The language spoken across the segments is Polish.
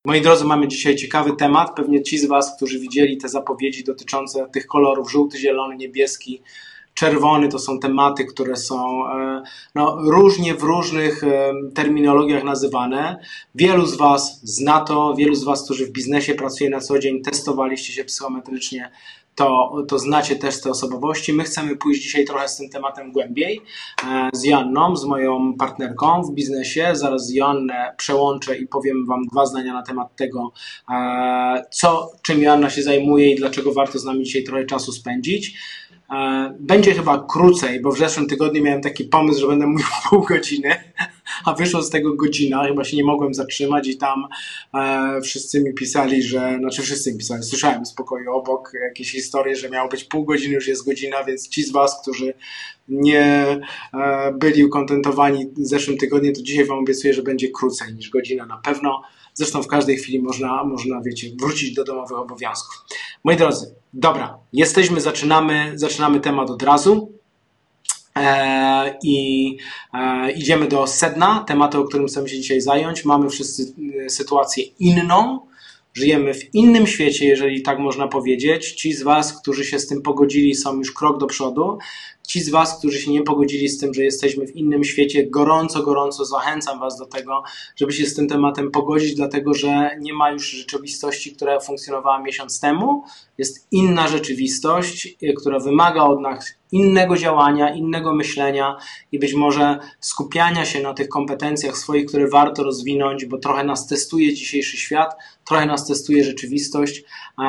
Moi drodzy, mamy dzisiaj ciekawy temat. Pewnie ci z Was, którzy widzieli te zapowiedzi dotyczące tych kolorów żółty, zielony, niebieski, czerwony, to są tematy, które są różnie w różnych terminologiach nazywane. Wielu z Was zna to, wielu z Was, którzy w biznesie pracuje na co dzień, testowaliście się psychometrycznie, to znacie też te osobowości. My chcemy pójść dzisiaj trochę z tym tematem głębiej, z Joanną, z moją partnerką w biznesie. Zaraz Joannę przełączę i powiem Wam dwa zdania na temat tego, czym Joanna się zajmuje i dlaczego warto z nami dzisiaj trochę czasu spędzić. Będzie chyba krócej, bo w zeszłym tygodniu miałem taki pomysł, że będę mówił pół godziny, a wyszło z tego godzina, chyba się nie mogłem zatrzymać i tam wszyscy mi pisali, wszyscy mi pisali, słyszałem z pokoju obok jakieś historie, że miało być pół godziny, już jest godzina, więc ci z Was, którzy nie byli ukontentowani w zeszłym tygodniu, to dzisiaj Wam obiecuję, że będzie krócej niż godzina na pewno. Zresztą w każdej chwili można, wiecie, wrócić do domowych obowiązków. Moi drodzy, dobra, jesteśmy, zaczynamy temat od razu i idziemy do sedna tematu, o którym chcemy się dzisiaj zająć. Mamy wszyscy sytuację inną, żyjemy w innym świecie, jeżeli tak można powiedzieć. Ci z Was, którzy się z tym pogodzili, są już krok do przodu. Ci z Was, którzy się nie pogodzili z tym, że jesteśmy w innym świecie, gorąco zachęcam Was do tego, żeby się z tym tematem pogodzić, dlatego że nie ma już rzeczywistości, która funkcjonowała miesiąc temu. Jest inna rzeczywistość, która wymaga od nas innego działania, innego myślenia i być może skupiania się na tych kompetencjach swoich, które warto rozwinąć, bo trochę nas testuje dzisiejszy świat, trochę nas testuje rzeczywistość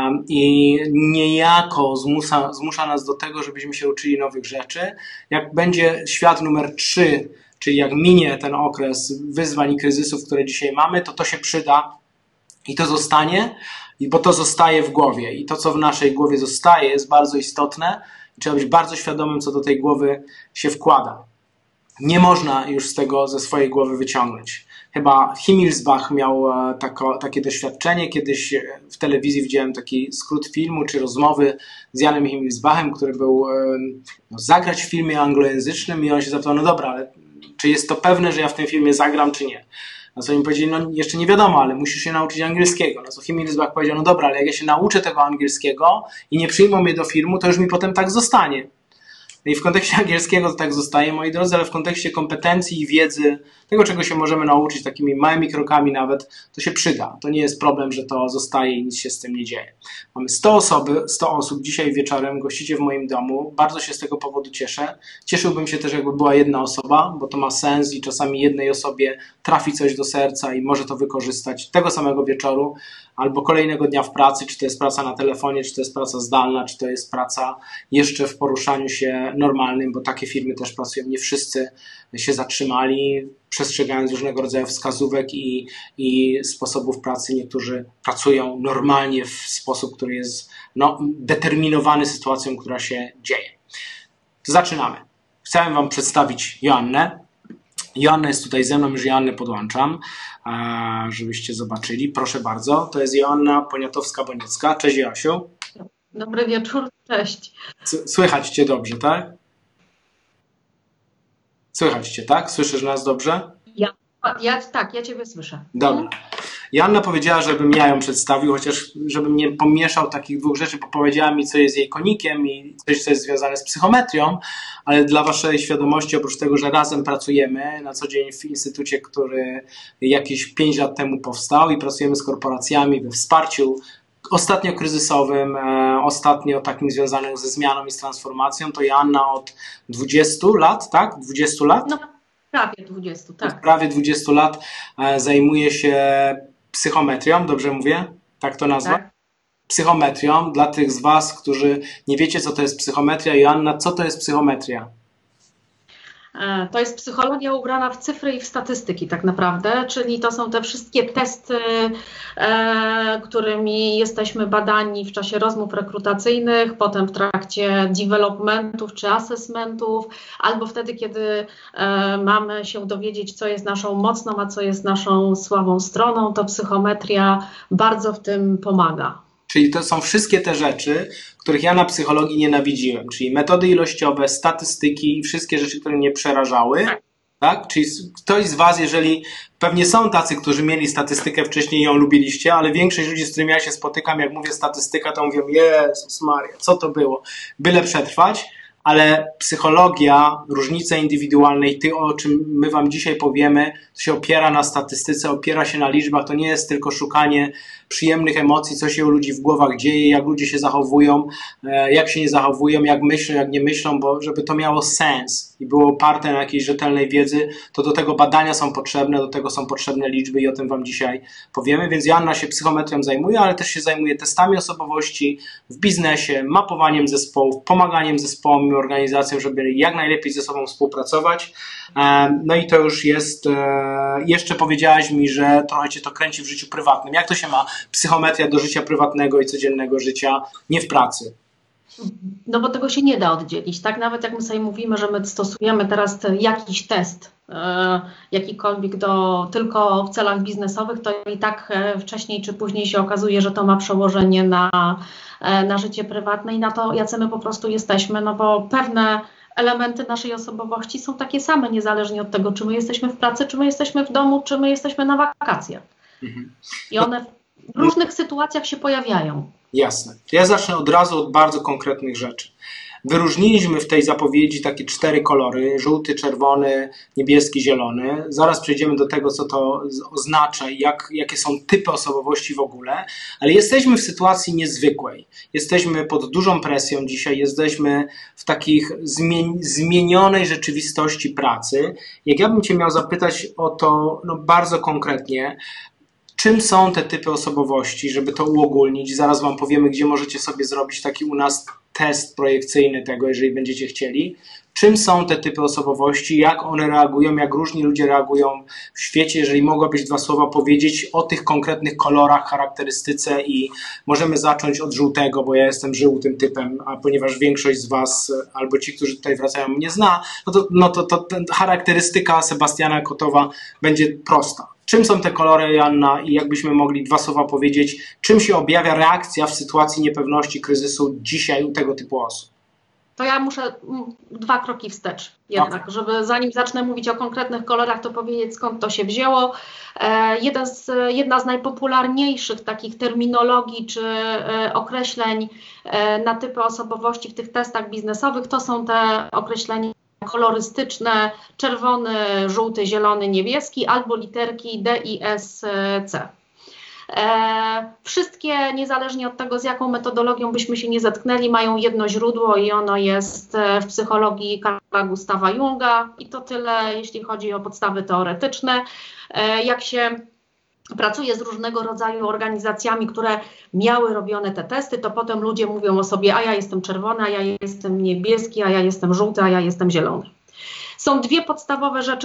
i niejako zmusza nas do tego, żebyśmy się uczyli nowych rzeczy. Jak będzie świat numer 3, czyli jak minie ten okres wyzwań i kryzysów, które dzisiaj mamy, to się przyda i to zostanie, bo to zostaje w głowie i to, co w naszej głowie zostaje, jest bardzo istotne. Trzeba być bardzo świadomym, co do tej głowy się wkłada. Nie można już ze swojej głowy wyciągnąć. Chyba Himmelsbach miał takie doświadczenie. Kiedyś w telewizji widziałem taki skrót filmu czy rozmowy z Janem Himmelsbachem, który był zagrać w filmie anglojęzycznym i on się zapytał, no dobra, ale czy jest to pewne, że ja w tym filmie zagram, czy nie? Na co im powiedzieli, no jeszcze nie wiadomo, ale musisz się nauczyć angielskiego. Na co Himmelsbach powiedział, no dobra, ale jak ja się nauczę tego angielskiego i nie przyjmą mnie do filmu, to już mi potem tak zostanie. No i w kontekście angielskiego to tak zostaje, moi drodzy, ale w kontekście kompetencji i wiedzy, tego czego się możemy nauczyć takimi małymi krokami nawet, to się przyda. To nie jest problem, że to zostaje i nic się z tym nie dzieje. Mamy 100 osób dzisiaj wieczorem, gościcie w moim domu. Bardzo się z tego powodu cieszę. Cieszyłbym się też, jakby była jedna osoba, bo to ma sens i czasami jednej osobie trafi coś do serca i może to wykorzystać tego samego wieczoru albo kolejnego dnia w pracy, czy to jest praca na telefonie, czy to jest praca zdalna, czy to jest praca jeszcze w poruszaniu się normalnym, bo takie firmy też pracują. Nie wszyscy się zatrzymali, przestrzegając różnego rodzaju wskazówek i sposobów pracy. Niektórzy pracują normalnie w sposób, który jest determinowany sytuacją, która się dzieje. To zaczynamy. Chciałem Wam przedstawić Joannę. Joanna jest tutaj ze mną, już Joannę podłączam, żebyście zobaczyli. Proszę bardzo, to jest Joanna Poniatowska-Boniecka. Cześć Joasiu. Dobry wieczór, cześć. Słychać Cię dobrze, tak? Słychać Cię, tak? Słyszysz nas dobrze? Ja Ciebie słyszę. Dobra. Joanna powiedziała, żebym ja ją przedstawił, chociaż żebym nie pomieszał takich dwóch rzeczy, bo powiedziała mi, co jest jej konikiem i coś, co jest związane z psychometrią, ale dla Waszej świadomości, oprócz tego, że razem pracujemy na co dzień w instytucie, który jakieś 5 lat temu powstał i pracujemy z korporacjami we wsparciu ostatnio kryzysowym, ostatnio takim związanym ze zmianą i z transformacją, to Joanna od 20 lat, tak? 20 lat? No, prawie 20, tak. Od prawie 20 lat zajmuje się psychometrią, dobrze mówię? Tak to nazwać? Tak. Psychometrią. Dla tych z Was, którzy nie wiecie, co to jest psychometria, Joanna, co to jest psychometria? To jest psychologia ubrana w cyfry i w statystyki tak naprawdę, czyli to są te wszystkie testy, którymi jesteśmy badani w czasie rozmów rekrutacyjnych, potem w trakcie developmentów czy assessmentów, albo wtedy, kiedy mamy się dowiedzieć, co jest naszą mocną, a co jest naszą słabą stroną, to psychometria bardzo w tym pomaga. Czyli to są wszystkie te rzeczy, których ja na psychologii nienawidziłem, czyli metody ilościowe, statystyki i wszystkie rzeczy, które mnie przerażały. Tak? Czyli ktoś z was, jeżeli pewnie są tacy, którzy mieli statystykę wcześniej i ją lubiliście, ale większość ludzi, z którymi ja się spotykam, jak mówię statystyka, to mówią, Jezus Maria, co to było? Byle przetrwać. Ale psychologia, różnice indywidualne i to, o czym my wam dzisiaj powiemy, to się opiera na statystyce, opiera się na liczbach, to nie jest tylko szukanie przyjemnych emocji, co się u ludzi w głowach dzieje, jak ludzie się zachowują, jak się nie zachowują, jak myślą, jak nie myślą, bo żeby to miało sens i było oparte na jakiejś rzetelnej wiedzy, to do tego badania są potrzebne, do tego są potrzebne liczby i o tym wam dzisiaj powiemy. Więc Joanna się psychometrią zajmuje, ale też się zajmuje testami osobowości w biznesie, mapowaniem zespołów, pomaganiem zespołom i organizacjom, żeby jak najlepiej ze sobą współpracować. No i to już jest, jeszcze powiedziałaś mi, że trochę cię to kręci w życiu prywatnym. Jak to się ma psychometria do życia prywatnego i codziennego życia, nie w pracy? No bo tego się nie da oddzielić, tak? Nawet jak my sobie mówimy, że my stosujemy teraz jakiś test, jakikolwiek tylko w celach biznesowych, to i tak wcześniej czy później się okazuje, że to ma przełożenie na życie prywatne i na to, jacy my po prostu jesteśmy, no bo pewne elementy naszej osobowości są takie same, niezależnie od tego, czy my jesteśmy w pracy, czy my jesteśmy w domu, czy my jesteśmy na wakacjach. I one w różnych sytuacjach się pojawiają. Jasne. To ja zacznę od razu od bardzo konkretnych rzeczy. Wyróżniliśmy w tej zapowiedzi takie 4 kolory, żółty, czerwony, niebieski, zielony. Zaraz przejdziemy do tego, co to oznacza i jakie są typy osobowości w ogóle, ale jesteśmy w sytuacji niezwykłej. Jesteśmy pod dużą presją dzisiaj, jesteśmy w takich zmienionej rzeczywistości pracy. Jak ja bym cię miał zapytać o to bardzo konkretnie, czym są te typy osobowości, żeby to uogólnić? Zaraz wam powiemy, gdzie możecie sobie zrobić taki u nas test projekcyjny tego, jeżeli będziecie chcieli. Czym są te typy osobowości, jak one reagują, jak różni ludzie reagują w świecie, jeżeli mogłabyś 2 słowa powiedzieć o tych konkretnych kolorach, charakterystyce i możemy zacząć od żółtego, bo ja jestem żółtym typem, a ponieważ większość z was, albo ci, którzy tutaj wracają, mnie zna, to charakterystyka Sebastiana Kotowa będzie prosta. Czym są te kolory, Joanna, i jakbyśmy mogli 2 słowa powiedzieć, czym się objawia reakcja w sytuacji niepewności, kryzysu dzisiaj u tego typu osób? To ja muszę 2 kroki wstecz jednak, żeby zanim zacznę mówić o konkretnych kolorach, to powiedzieć, skąd to się wzięło. Jedna z najpopularniejszych takich terminologii czy określeń na typy osobowości w tych testach biznesowych to są te określenia kolorystyczne, czerwony, żółty, zielony, niebieski albo literki D, I, S, C. Wszystkie, niezależnie od tego, z jaką metodologią byśmy się nie zetknęli, mają jedno źródło i ono jest w psychologii Carla Gustava Junga i to tyle, jeśli chodzi o podstawy teoretyczne. Jak się pracuje z różnego rodzaju organizacjami, które miały robione te testy, to potem ludzie mówią o sobie, a ja jestem czerwony, a ja jestem niebieski, a ja jestem żółty, a ja jestem zielony. Są 2 podstawowe rzeczy,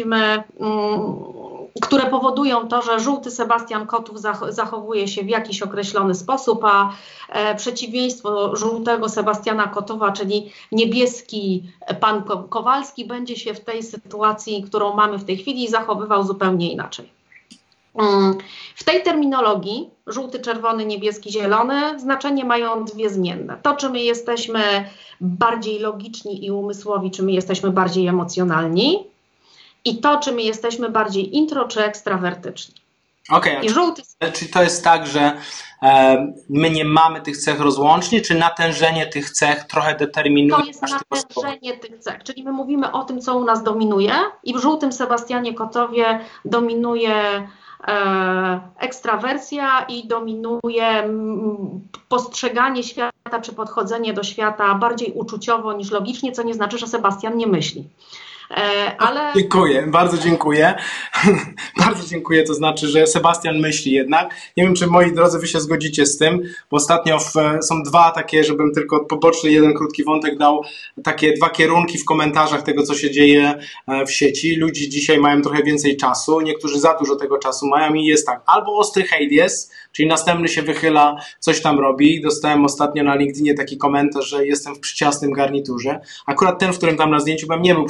które powodują to, że żółty Sebastian Kotów zachowuje się w jakiś określony sposób, a przeciwieństwo żółtego Sebastiana Kotowa, czyli niebieski pan Kowalski, będzie się w tej sytuacji, którą mamy w tej chwili, zachowywał zupełnie inaczej. W tej terminologii żółty, czerwony, niebieski, zielony znaczenie mają 2 zmienne. To, czy my jesteśmy bardziej logiczni i umysłowi, czy my jesteśmy bardziej emocjonalni i to, czy my jesteśmy bardziej intro, czy ekstrawertyczni. Okej, czy to jest tak, że my nie mamy tych cech rozłącznie, czy natężenie tych cech trochę determinuje? To jest natężenie tych cech, czyli my mówimy o tym, co u nas dominuje i w żółtym Sebastianie Kotowie dominuje ekstrawersja i dominuje postrzeganie świata czy podchodzenie do świata bardziej uczuciowo niż logicznie, co nie znaczy, że Sebastian nie myśli. Ale... Dziękuję, bardzo dziękuję. Bardzo dziękuję, to znaczy, że Sebastian myśli jednak. Nie wiem, czy moi drodzy, wy się zgodzicie z tym, bo ostatnio są 2 takie, żebym tylko poboczny jeden krótki wątek dał, takie 2 kierunki w komentarzach tego, co się dzieje w sieci. Ludzie dzisiaj mają trochę więcej czasu, niektórzy za dużo tego czasu mają i jest tak, albo ostry hejt jest, czyli następny się wychyla, coś tam robi. Dostałem ostatnio na LinkedInie taki komentarz, że jestem w przyciasnym garniturze. Akurat ten, w którym tam na zdjęciu byłem, nie był w przyciasnym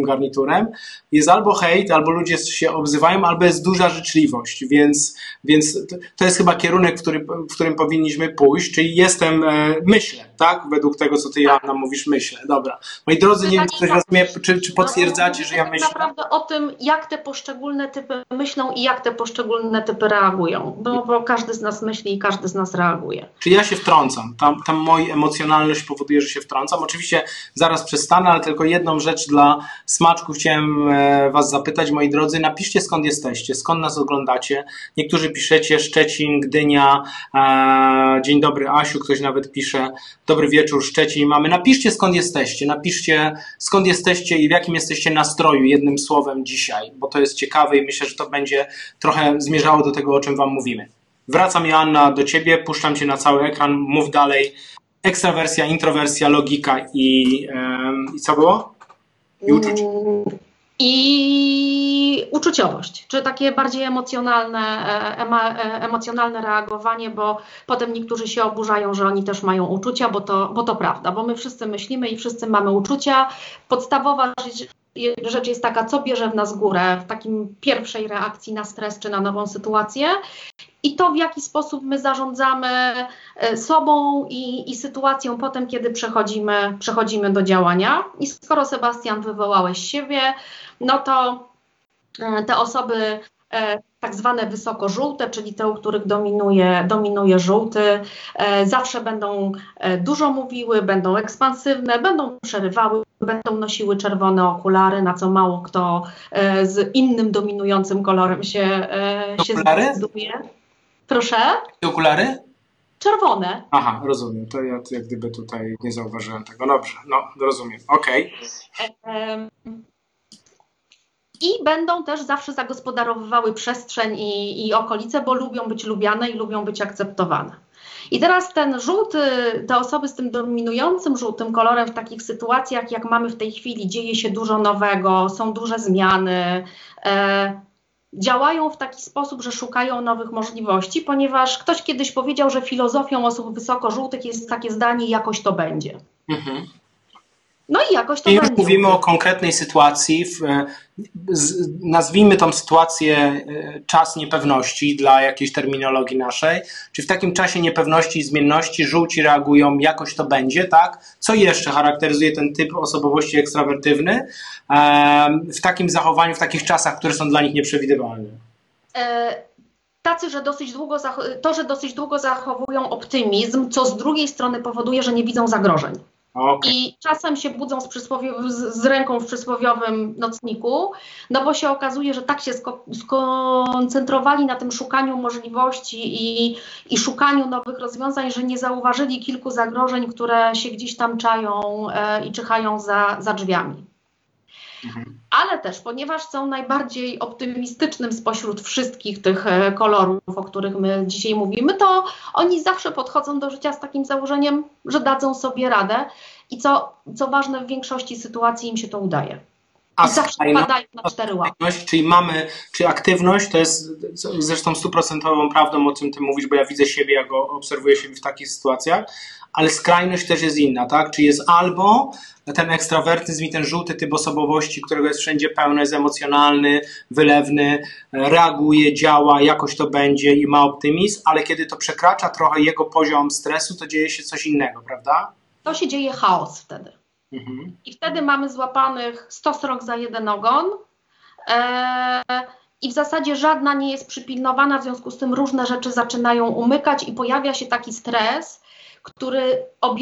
garniturem, jest albo hejt, albo ludzie się obzywają, albo jest duża życzliwość, więc to jest chyba kierunek, w którym powinniśmy pójść, czyli myślę, tak? Według tego, co ty, Joanna, mówisz, myślę. Dobra. Moi drodzy, nie wiem, czy ktoś rozumie, czy potwierdzacie, że ja myślę? Tak naprawdę o tym, jak te poszczególne typy myślą i jak te poszczególne typy reagują, bo każdy z nas myśli i każdy z nas reaguje. Czy ja się wtrącam? Tam moja emocjonalność powoduje, że się wtrącam. Oczywiście zaraz przestanę, ale tylko jedną rzecz dla smaczku chciałem was zapytać, moi drodzy. Napiszcie, skąd jesteście, skąd nas oglądacie. Niektórzy piszecie Szczecin, Gdynia, dzień dobry Asiu, ktoś nawet pisze dobry wieczór Szczecin mamy. Napiszcie, skąd jesteście. Napiszcie, skąd jesteście i w jakim jesteście nastroju, jednym słowem dzisiaj, bo to jest ciekawe i myślę, że to będzie trochę zmierzało do tego, o czym wam mówimy. Wracam, Joanna, do ciebie, puszczam cię na cały ekran, mów dalej. Ekstrawersja, introwersja, logika i co było? I uczucie. I uczuciowość, czy takie bardziej emocjonalne reagowanie, bo potem niektórzy się oburzają, że oni też mają uczucia, bo to prawda, bo my wszyscy myślimy i wszyscy mamy uczucia. Podstawowa rzecz jest taka, co bierze w nas górę w takim pierwszej reakcji na stres czy na nową sytuację i to, w jaki sposób my zarządzamy sobą i sytuacją potem, kiedy przechodzimy do działania. I skoro, Sebastian, wywołałeś siebie, no to te osoby tak zwane wysoko-żółte, czyli te, u których dominuje żółty, zawsze będą dużo mówiły, będą ekspansywne, będą przerywały, będą nosiły czerwone okulary, na co mało kto z innym dominującym kolorem się zdecyduje. Proszę? Okulary? Czerwone. Aha, rozumiem. To ja jak gdyby tutaj nie zauważyłem tego. Dobrze, no rozumiem. Okej. I będą też zawsze zagospodarowywały przestrzeń i okolice, bo lubią być lubiane i lubią być akceptowane. I teraz ten żółty, te osoby z tym dominującym żółtym kolorem w takich sytuacjach, jak mamy w tej chwili, dzieje się dużo nowego, są duże zmiany, działają w taki sposób, że szukają nowych możliwości, ponieważ ktoś kiedyś powiedział, że filozofią osób wysoko-żółtych jest takie zdanie, jakoś to będzie. Mhm. No i jakoś to będzie. Mówimy o konkretnej sytuacji, nazwijmy tą sytuację czas niepewności dla jakiejś terminologii naszej. Czy w takim czasie niepewności i zmienności żółci reagują, jakoś to będzie, tak? Co jeszcze charakteryzuje ten typ osobowości ekstrawertywny w takim zachowaniu, w takich czasach, które są dla nich nieprzewidywalne? Tacy, że dosyć długo zachowują optymizm, co z drugiej strony powoduje, że nie widzą zagrożeń. Okay. I czasem się budzą z ręką w przysłowiowym nocniku, no bo się okazuje, że tak się skoncentrowali na tym szukaniu możliwości i szukaniu nowych rozwiązań, że nie zauważyli kilku zagrożeń, które się gdzieś tam czają i czyhają za drzwiami. Mhm. Ale też, ponieważ są najbardziej optymistycznym spośród wszystkich tych kolorów, o których my dzisiaj mówimy, to oni zawsze podchodzą do życia z takim założeniem, że dadzą sobie radę i co ważne, w większości sytuacji im się to udaje. I zawsze padają na 4 łapy. Czy aktywność, to jest zresztą 100% prawdą, o czym ty mówisz, bo ja widzę siebie, jak obserwuję siebie w takich sytuacjach, ale skrajność też jest inna, tak? Czy jest albo ten ekstrawertyzm i ten żółty typ osobowości, którego jest wszędzie pełny, jest emocjonalny, wylewny, reaguje, działa, jakoś to będzie i ma optymizm, ale kiedy to przekracza trochę jego poziom stresu, to dzieje się coś innego, prawda? To się dzieje chaos wtedy. Mhm. I wtedy mamy złapanych 100 srok za jeden ogon i w zasadzie żadna nie jest przypilnowana, w związku z tym różne rzeczy zaczynają umykać i pojawia się taki stres, który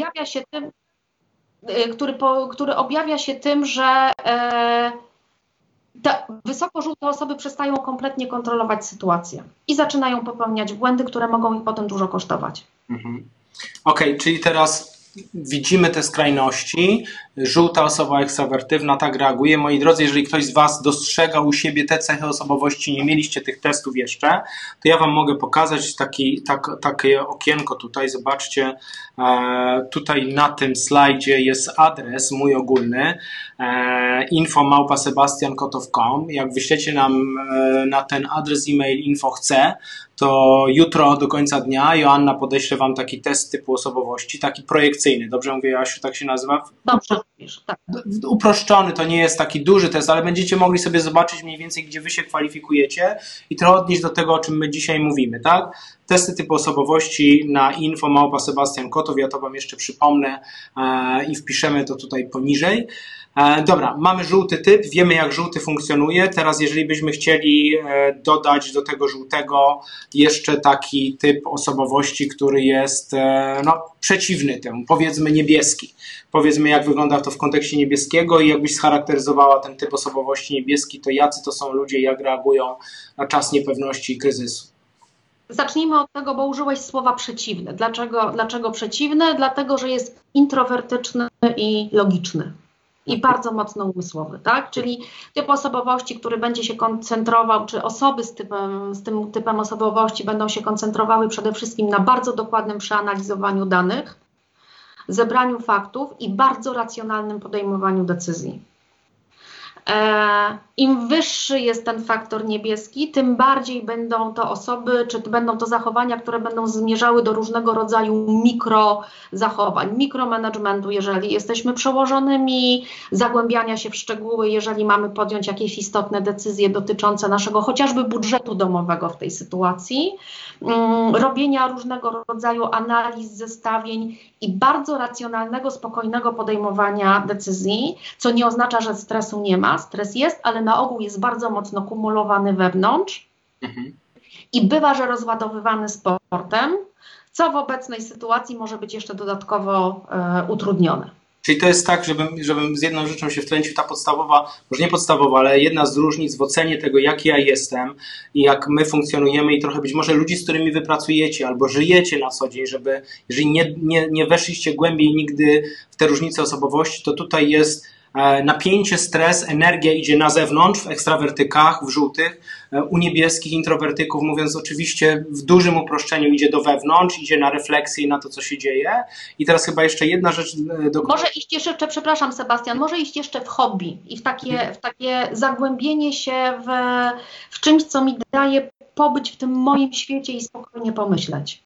objawia się tym, że te wysokożółte osoby przestają kompletnie kontrolować sytuację i zaczynają popełniać błędy, które mogą ich potem dużo kosztować. Mhm. Okej, czyli teraz widzimy te skrajności. Żółta osoba ekstrawertywna tak reaguje. Moi drodzy, jeżeli ktoś z was dostrzega u siebie te cechy osobowości, nie mieliście tych testów jeszcze, to ja wam mogę pokazać takie okienko tutaj. Zobaczcie, tutaj na tym slajdzie jest adres mój ogólny, info@sebastiankotov.com. Jak wyślecie nam na ten adres e-mail info chcę, to jutro do końca dnia Joanna podeśle wam taki test typu osobowości, taki projekcyjny. Dobrze mówię, Jasiu, tak się nazywa? Dobrze. rozumiesz. Tak. Uproszczony, to nie jest taki duży test, ale będziecie mogli sobie zobaczyć mniej więcej, gdzie wy się kwalifikujecie i trochę odnieść do tego, o czym my dzisiaj mówimy, tak? Testy typu osobowości na info@Sebastian Kotow, ja to wam jeszcze przypomnę i wpiszemy to tutaj poniżej. Dobra, mamy żółty typ, wiemy jak żółty funkcjonuje. Teraz jeżeli byśmy chcieli dodać do tego żółtego jeszcze taki typ osobowości, który jest przeciwny temu, powiedzmy niebieski. Powiedzmy jak wygląda to w kontekście niebieskiego i jakbyś scharakteryzowała ten typ osobowości niebieski, to jacy to są ludzie, jak reagują na czas niepewności i kryzysu. Zacznijmy od tego, bo użyłeś słowa przeciwny. Dlaczego przeciwny? Dlatego, że jest introwertyczny i logiczny. I bardzo mocno umysłowy, tak? Czyli typ osobowości, który będzie się koncentrował, czy osoby z tym typem osobowości będą się koncentrowały przede wszystkim na bardzo dokładnym przeanalizowaniu danych, zebraniu faktów i bardzo racjonalnym podejmowaniu decyzji. Im wyższy jest ten faktor niebieski, tym bardziej będą to osoby, czy będą to zachowania, które będą zmierzały do różnego rodzaju mikrozachowań, mikromanagementu, jeżeli jesteśmy przełożonymi, zagłębiania się w szczegóły, jeżeli mamy podjąć jakieś istotne decyzje dotyczące naszego chociażby budżetu domowego w tej sytuacji, robienia różnego rodzaju analiz, zestawień i bardzo racjonalnego, spokojnego podejmowania decyzji, co nie oznacza, że stresu nie ma. Stres jest, ale na ogół jest bardzo mocno kumulowany wewnątrz i bywa, że rozładowywany sportem, co w obecnej sytuacji może być jeszcze dodatkowo utrudnione. Czyli to jest tak, żebym z jedną rzeczą się wtrącił, ta podstawowa, może nie podstawowa, ale jedna z różnic w ocenie tego, jaki ja jestem i jak my funkcjonujemy i trochę być może ludzi, z którymi wy pracujecie albo żyjecie na co dzień, jeżeli nie weszliście głębiej nigdy w te różnice osobowości, to tutaj jest napięcie, stres, energia idzie na zewnątrz, w ekstrawertykach, w żółtych, u niebieskich introwertyków, mówiąc oczywiście w dużym uproszczeniu, idzie do wewnątrz, idzie na refleksję i na to, co się dzieje. I teraz chyba jeszcze jedna rzecz. Może iść jeszcze, przepraszam Sebastian, może iść jeszcze w hobby i w takie zagłębienie się w czymś, co mi daje pobyć w tym moim świecie i spokojnie pomyśleć.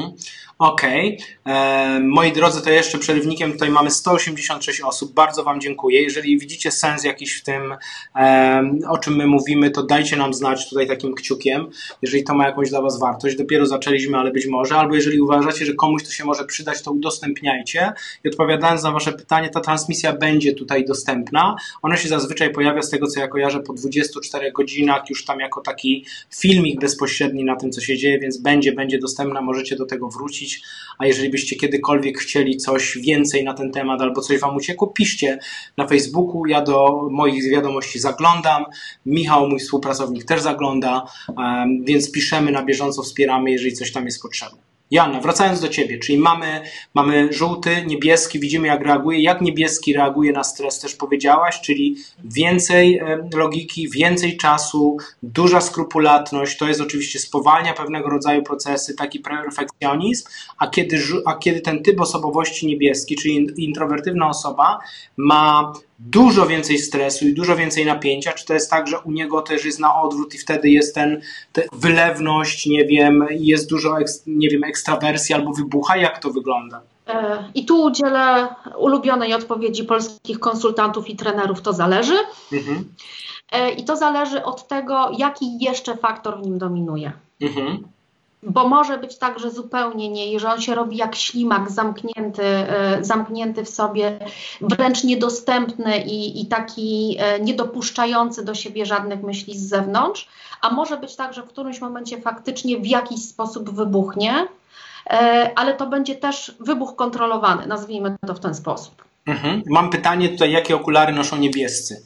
Okej. Moi drodzy, to jeszcze przerywnikiem tutaj mamy 186 osób. Bardzo wam dziękuję. Jeżeli widzicie sens jakiś w tym, o czym my mówimy, to dajcie nam znać tutaj takim kciukiem, jeżeli to ma jakąś dla was wartość. Dopiero zaczęliśmy, ale być może. Albo jeżeli uważacie, że komuś to się może przydać, to udostępniajcie. I odpowiadając na wasze pytanie, ta transmisja będzie tutaj dostępna. Ona się zazwyczaj pojawia, z tego co ja kojarzę, po 24 godzinach już tam jako taki filmik bezpośredni na tym, co się dzieje, więc będzie dostępna, możecie do tego wrócić. A jeżeli byście kiedykolwiek chcieli coś więcej na ten temat albo coś wam uciekło, piszcie na Facebooku, ja do moich wiadomości zaglądam, Michał, mój współpracownik, też zagląda, więc piszemy na bieżąco, wspieramy, jeżeli coś tam jest potrzebne. Joanna, wracając do ciebie, czyli mamy żółty, niebieski, widzimy jak reaguje. Jak niebieski reaguje na stres, też powiedziałaś, czyli więcej logiki, więcej czasu, duża skrupulatność, to jest oczywiście spowalnia pewnego rodzaju procesy, taki perfekcjonizm, a kiedy ten typ osobowości niebieski, czyli introwertywna osoba, ma dużo więcej stresu i dużo więcej napięcia, czy to jest tak, że u niego też jest na odwrót i wtedy jest wylewność, nie wiem, jest dużo, ekstrawersji albo wybucha? Jak to wygląda? I tu udzielę ulubionej odpowiedzi polskich konsultantów i trenerów, to zależy. I to zależy od tego, jaki jeszcze faktor w nim dominuje. Bo może być tak, że zupełnie nie, że on się robi jak ślimak zamknięty w sobie, wręcz niedostępny i taki niedopuszczający do siebie żadnych myśli z zewnątrz, a może być tak, że w którymś momencie faktycznie w jakiś sposób wybuchnie, ale to będzie też wybuch kontrolowany, nazwijmy to w ten sposób. Mam pytanie tutaj, jakie okulary noszą niebiescy?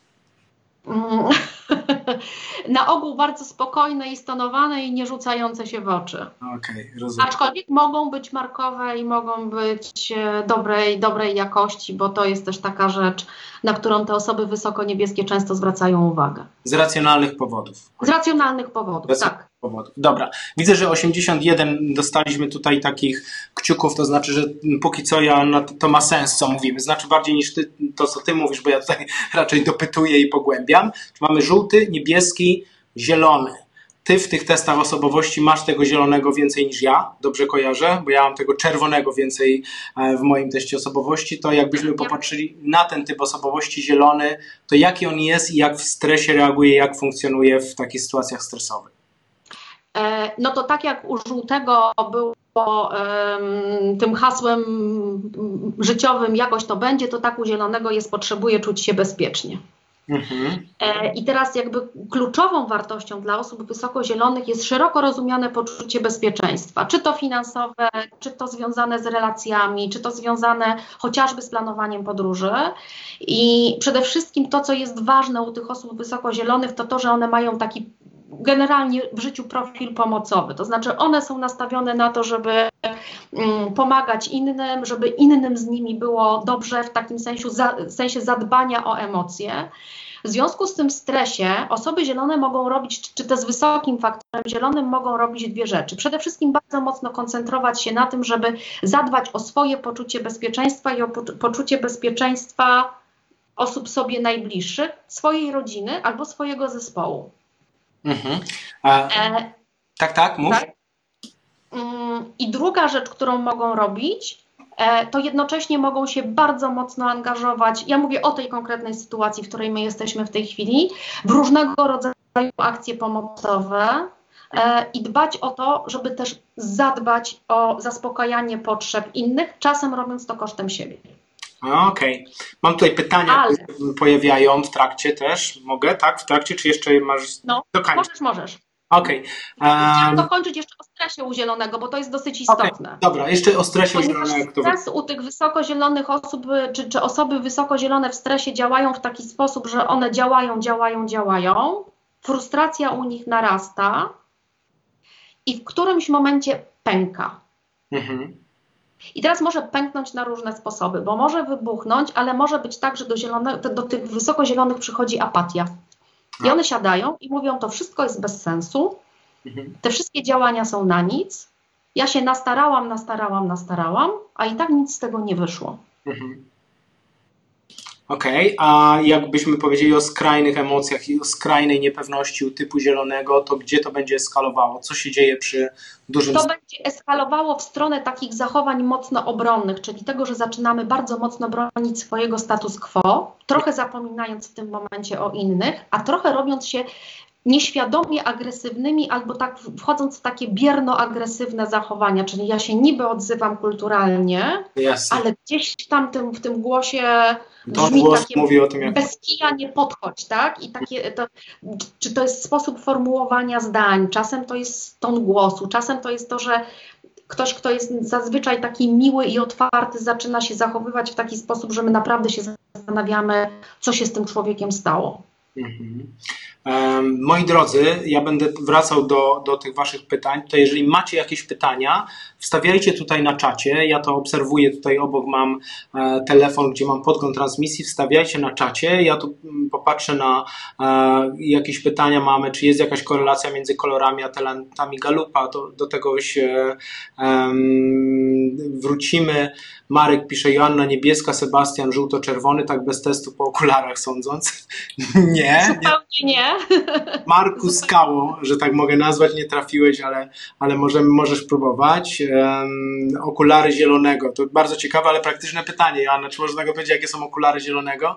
Na ogół bardzo spokojne i stonowane i nie rzucające się w oczy. Okej, rozumiem. Aczkolwiek mogą być markowe i mogą być dobrej jakości, bo to jest też taka rzecz, na którą te osoby wysoko niebieskie często zwracają uwagę. Z racjonalnych powodów. Z racjonalnych powodów, tak. Dobra, widzę, że 81 dostaliśmy tutaj takich kciuków, to znaczy, że póki co to ma sens, co mówimy. Znaczy bardziej niż to, co ty mówisz, bo ja tutaj raczej dopytuję i pogłębiam. Mamy żółty, niebieski, zielony. ty w tych testach osobowości masz tego zielonego więcej niż ja, dobrze kojarzę, bo ja mam tego czerwonego więcej w moim teście osobowości, to jakbyśmy popatrzyli na ten typ osobowości zielony, to jaki on jest i jak w stresie reaguje, jak funkcjonuje w takich sytuacjach stresowych? No to tak jak u żółtego było tym hasłem życiowym jakoś to będzie, to tak u zielonego jest potrzebuje czuć się bezpiecznie. I teraz jakby kluczową wartością dla osób wysokozielonych jest szeroko rozumiane poczucie bezpieczeństwa, czy to finansowe, czy to związane z relacjami, czy to związane chociażby z planowaniem podróży. I przede wszystkim to, co jest ważne u tych osób wysokozielonych, to to, że one mają taki generalnie w życiu profil pomocowy, to znaczy one są nastawione na to, żeby pomagać innym, żeby innym z nimi było dobrze w takim sensie zadbania o emocje. W związku z tym stresie osoby zielone mogą robić, czy to z wysokim faktorem zielonym mogą robić dwie rzeczy. Przede wszystkim bardzo mocno koncentrować się na tym, żeby zadbać o swoje poczucie bezpieczeństwa i o poczucie bezpieczeństwa osób sobie najbliższych, swojej rodziny albo swojego zespołu. Tak, mów. Tak? I druga rzecz, którą mogą robić, to jednocześnie mogą się bardzo mocno angażować, ja mówię o tej konkretnej sytuacji, w której my jesteśmy w tej chwili, w różnego rodzaju akcje pomocowe i dbać o to, żeby też zadbać o zaspokajanie potrzeb innych, czasem robiąc to kosztem siebie. Okej. Mam tutaj pytania, które pojawiają w trakcie też. Mogę, tak? W trakcie, czy jeszcze masz... No, możesz. Okej. Chciałam dokończyć jeszcze o stresie u zielonego, bo to jest dosyć istotne. Okay. Dobra, jeszcze o stresie u zielonego. Stres u tych wysoko-zielonych osób, czy osoby wysoko-zielone w stresie działają w taki sposób, że one działają. Frustracja u nich narasta i w którymś momencie pęka. I teraz może pęknąć na różne sposoby, bo może wybuchnąć, ale może być tak, że do tych wysokozielonych przychodzi apatia. I one siadają i mówią, to wszystko jest bez sensu, te wszystkie działania są na nic, ja się nastarałam, a i tak nic z tego nie wyszło. Okej, a jakbyśmy powiedzieli o skrajnych emocjach i o skrajnej niepewności u typu zielonego, to gdzie to będzie eskalowało? Co się dzieje przy dużym... To będzie eskalowało w stronę takich zachowań mocno obronnych, czyli tego, że zaczynamy bardzo mocno bronić swojego status quo, trochę zapominając w tym momencie o innych, a trochę robiąc się nieświadomie agresywnymi albo tak wchodząc w takie bierno-agresywne zachowania, czyli ja się niby odzywam kulturalnie, ale gdzieś tam w tym głosie brzmi takie mówi o tym, jak... bez kija nie podchodź, tak? I takie, czy to jest sposób formułowania zdań, czasem to jest ton głosu, czasem to jest to, że ktoś, kto jest zazwyczaj taki miły i otwarty, zaczyna się zachowywać w taki sposób, że my naprawdę się zastanawiamy, co się z tym człowiekiem stało. Moi drodzy, ja będę wracał do tych waszych pytań. To jeżeli macie jakieś pytania, wstawiajcie tutaj na czacie. Ja to obserwuję, tutaj obok mam telefon, gdzie mam podgląd transmisji. Wstawiajcie na czacie. Ja tu popatrzę na jakieś pytania mamy, czy jest jakaś korelacja między kolorami a talentami Galupa. Do tego się wrócimy. Marek pisze, Joanna niebieska, Sebastian żółto-czerwony, tak bez testu po okularach sądząc. Nie. Zupełnie nie. Marku Skało, że tak mogę nazwać, nie trafiłeś, ale możesz próbować. Okulary zielonego, to bardzo ciekawe, ale praktyczne pytanie, Joanna, czy można powiedzieć, jakie są okulary zielonego?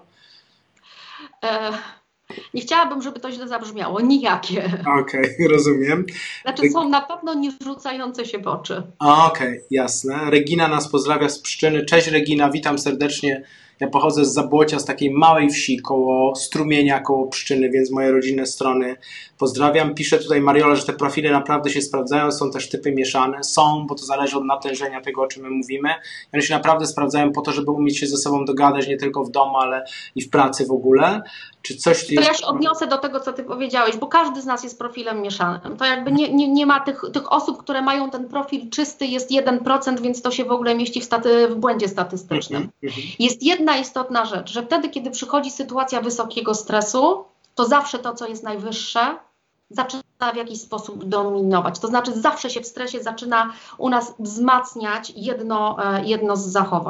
Nie chciałabym, żeby to źle zabrzmiało. Nijakie. Okej, rozumiem. Znaczy są na pewno nie rzucające się w oczy. Okej, jasne. Regina nas pozdrawia z Pszczyny. Cześć Regina, witam serdecznie. Ja pochodzę z Zabłocia, z takiej małej wsi koło Strumienia, koło Pszczyny, więc moje rodzinne strony pozdrawiam. Pisze tutaj Mariola, że te profile naprawdę się sprawdzają, są też typy mieszane. Są, bo to zależy od natężenia tego, o czym my mówimy. One się naprawdę sprawdzają po to, żeby umieć się ze sobą dogadać, nie tylko w domu, ale i w pracy w ogóle. Czy coś to ja się odniosę do tego, co ty powiedziałeś, bo każdy z nas jest profilem mieszanym. To jakby nie ma tych osób, które mają ten profil czysty, jest 1%, więc to się w ogóle mieści w błędzie statystycznym. Jest jedna istotna rzecz, że wtedy, kiedy przychodzi sytuacja wysokiego stresu, to zawsze to, co jest najwyższe, zaczyna w jakiś sposób dominować. To znaczy zawsze się w stresie zaczyna u nas wzmacniać jedno z zachowań.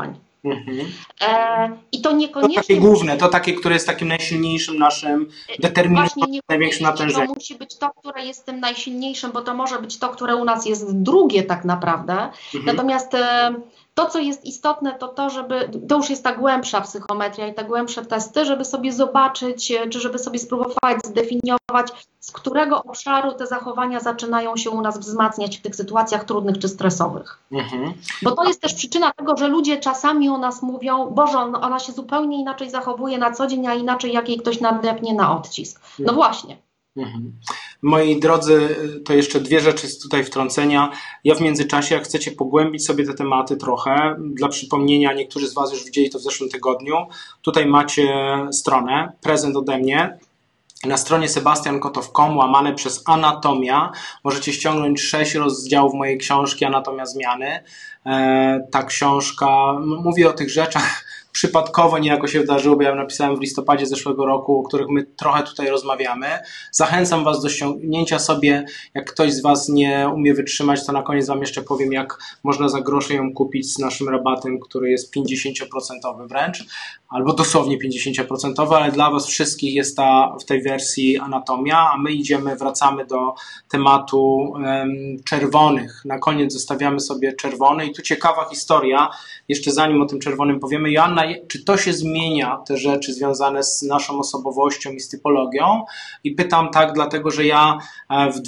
Mhm. I to To niekoniecznie takie główne, to takie, które jest takim najsilniejszym naszym determinującym, właśnie największym niekoniecznie to natężeniem. musi być to, które jest tym najsilniejszym, bo to może być to, które u nas jest drugie tak naprawdę. Mhm. Natomiast to, co jest istotne, to to, żeby, to już jest ta głębsza psychometria i te głębsze testy, żeby sobie zobaczyć, czy żeby sobie spróbować zdefiniować, z którego obszaru te zachowania zaczynają się u nas wzmacniać w tych sytuacjach trudnych czy stresowych. Mhm. Bo to jest też przyczyna tego, że ludzie czasami o nas mówią: Boże, ona się zupełnie inaczej zachowuje na co dzień, a inaczej jak jej ktoś nadepnie na odcisk. No właśnie. Mhm. Moi drodzy, to jeszcze dwie rzeczy z tutaj wtrącenia. Ja w międzyczasie, jak chcecie pogłębić sobie te tematy trochę, dla przypomnienia, niektórzy z Was już widzieli to w zeszłym tygodniu, tutaj macie stronę, prezent ode mnie. Na stronie sebastiankotow.com /anatomia możecie ściągnąć 6 rozdziałów mojej książki Anatomia Zmiany. Ta książka mówi o tych rzeczach przypadkowo niejako się wydarzyło, bo ja ją napisałem w listopadzie zeszłego roku, o których my trochę tutaj rozmawiamy. Zachęcam Was do ściągnięcia sobie. Jak ktoś z Was nie umie wytrzymać, to na koniec Wam jeszcze powiem, jak można za grosze ją kupić z naszym rabatem, który jest 50% wręcz, albo dosłownie 50%, ale dla Was wszystkich jest w tej wersji Anatomia, a my wracamy do tematu czerwonych. Na koniec zostawiamy sobie czerwone i tu ciekawa historia, jeszcze zanim o tym czerwonym powiemy. Joanna, czy to się zmienia, te rzeczy związane z naszą osobowością i z typologią? I pytam tak, dlatego że ja w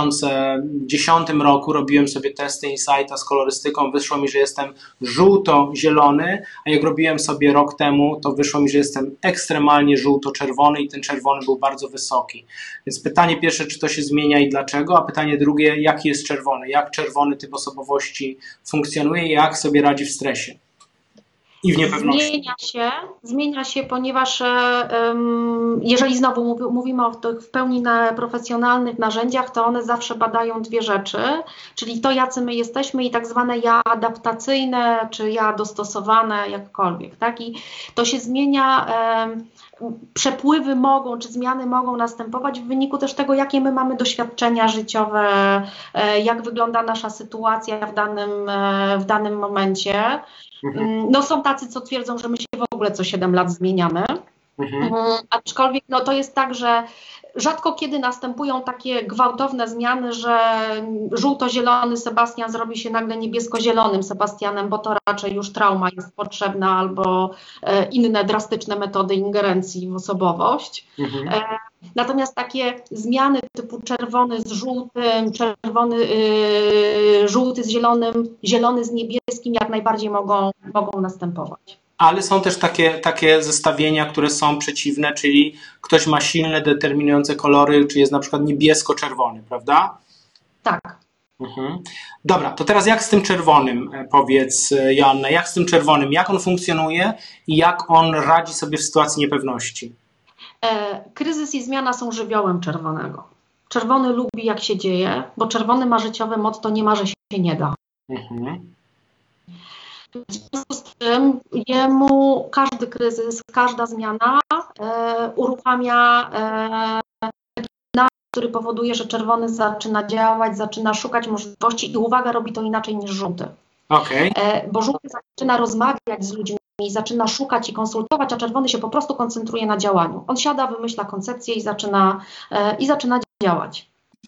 2010 roku robiłem sobie testy Insighta z kolorystyką, wyszło mi, że jestem żółto-zielony, a jak robiłem sobie rok temu, to wyszło mi, że jestem ekstremalnie żółto-czerwony i ten czerwony był bardzo wysoki. Więc pytanie pierwsze, czy to się zmienia i dlaczego, a pytanie drugie, jaki jest czerwony? Jak czerwony typ osobowości funkcjonuje i jak sobie radzi w stresie i w niepewności? Zmienia się, ponieważ jeżeli znowu mówimy o tych w pełni profesjonalnych narzędziach, to one zawsze badają dwie rzeczy, czyli to, jacy my jesteśmy i tak zwane ja adaptacyjne, czy ja dostosowane, jakkolwiek, tak? I to się zmienia, przepływy mogą, czy zmiany mogą następować w wyniku też tego, jakie my mamy doświadczenia życiowe, jak wygląda nasza sytuacja w danym momencie. No są tacy, co twierdzą, że my się w ogóle co 7 lat zmieniamy. Aczkolwiek no, to jest tak, że rzadko kiedy następują takie gwałtowne zmiany, że żółto-zielony Sebastian zrobi się nagle niebiesko-zielonym Sebastianem, bo to raczej już trauma jest potrzebna albo inne drastyczne metody ingerencji w osobowość. Natomiast takie zmiany typu czerwony z żółtym, żółty z zielonym, zielony z niebieskim jak najbardziej mogą następować. Ale są też takie zestawienia, które są przeciwne, czyli ktoś ma silne, determinujące kolory, czy jest na przykład niebiesko-czerwony, prawda? Tak. Dobra, to teraz jak z tym czerwonym, powiedz Joanna, jak z tym czerwonym, jak on funkcjonuje i jak on radzi sobie w sytuacji niepewności? Kryzys i zmiana są żywiołem czerwonego. Czerwony lubi, jak się dzieje, bo czerwony ma życiowe motto: nie ma, że się nie da. W związku z tym jemu każdy kryzys, każda zmiana uruchamia który powoduje, że czerwony zaczyna działać, zaczyna szukać możliwości i uwaga, robi to inaczej niż żółty. Bo żółty zaczyna rozmawiać z ludźmi, zaczyna szukać i konsultować, a czerwony się po prostu koncentruje na działaniu. On siada, wymyśla koncepcję i zaczyna działać.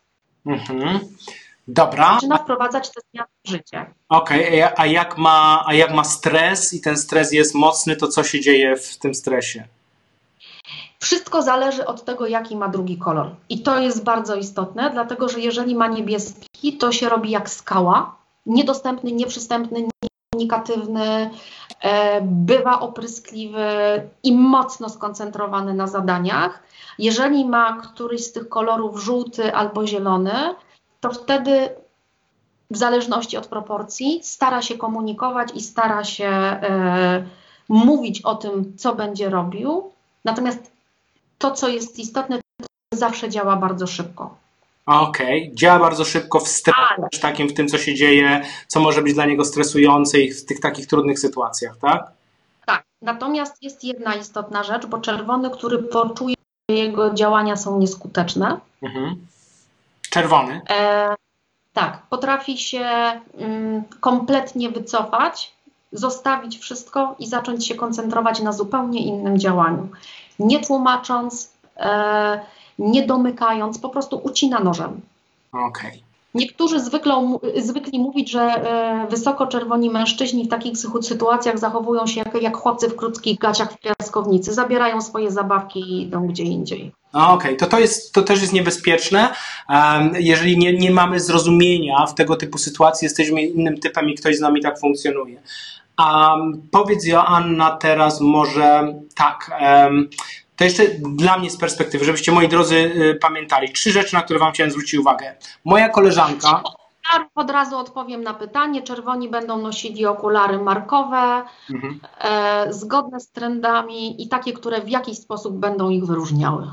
Dobra. Zaczyna wprowadzać te zmiany w życie. A jak ma stres i ten stres jest mocny, to co się dzieje w tym stresie? Wszystko zależy od tego, jaki ma drugi kolor. I to jest bardzo istotne, dlatego że jeżeli ma niebieski, to się robi jak skała. Niedostępny, nieprzystępny, niekomunikatywny, bywa opryskliwy i mocno skoncentrowany na zadaniach. Jeżeli ma któryś z tych kolorów żółty albo zielony, to wtedy w zależności od proporcji stara się komunikować i stara się mówić o tym, co będzie robił. Natomiast to, co jest istotne, to zawsze działa bardzo szybko. Działa bardzo szybko w stresie takim, w tym, co się dzieje, co może być dla niego stresujące i w tych takich trudnych sytuacjach, tak? Tak. Natomiast jest jedna istotna rzecz, bo czerwony, który poczuje, że jego działania są nieskuteczne. Czerwony? Tak. Potrafi się kompletnie wycofać, zostawić wszystko i zacząć się koncentrować na zupełnie innym działaniu. Nie tłumacząc, nie domykając, po prostu ucina nożem. Okej. Niektórzy zwykli mówić, że wysokoczerwoni mężczyźni w takich sytuacjach zachowują się jak chłopcy w krótkich gaciach w piaskownicy. Zabierają swoje zabawki i idą gdzie indziej. Okej, to też jest niebezpieczne. Jeżeli nie mamy zrozumienia w tego typu sytuacji, jesteśmy innym typem i ktoś z nami tak funkcjonuje. A powiedz, Joanna, teraz może tak, to jeszcze dla mnie z perspektywy, żebyście, moi drodzy, pamiętali 3 rzeczy, na które wam chciałem zwrócić uwagę. Moja koleżanka... Od razu odpowiem na pytanie. Czerwoni będą nosili okulary markowe, zgodne z trendami i takie, które w jakiś sposób będą ich wyróżniały.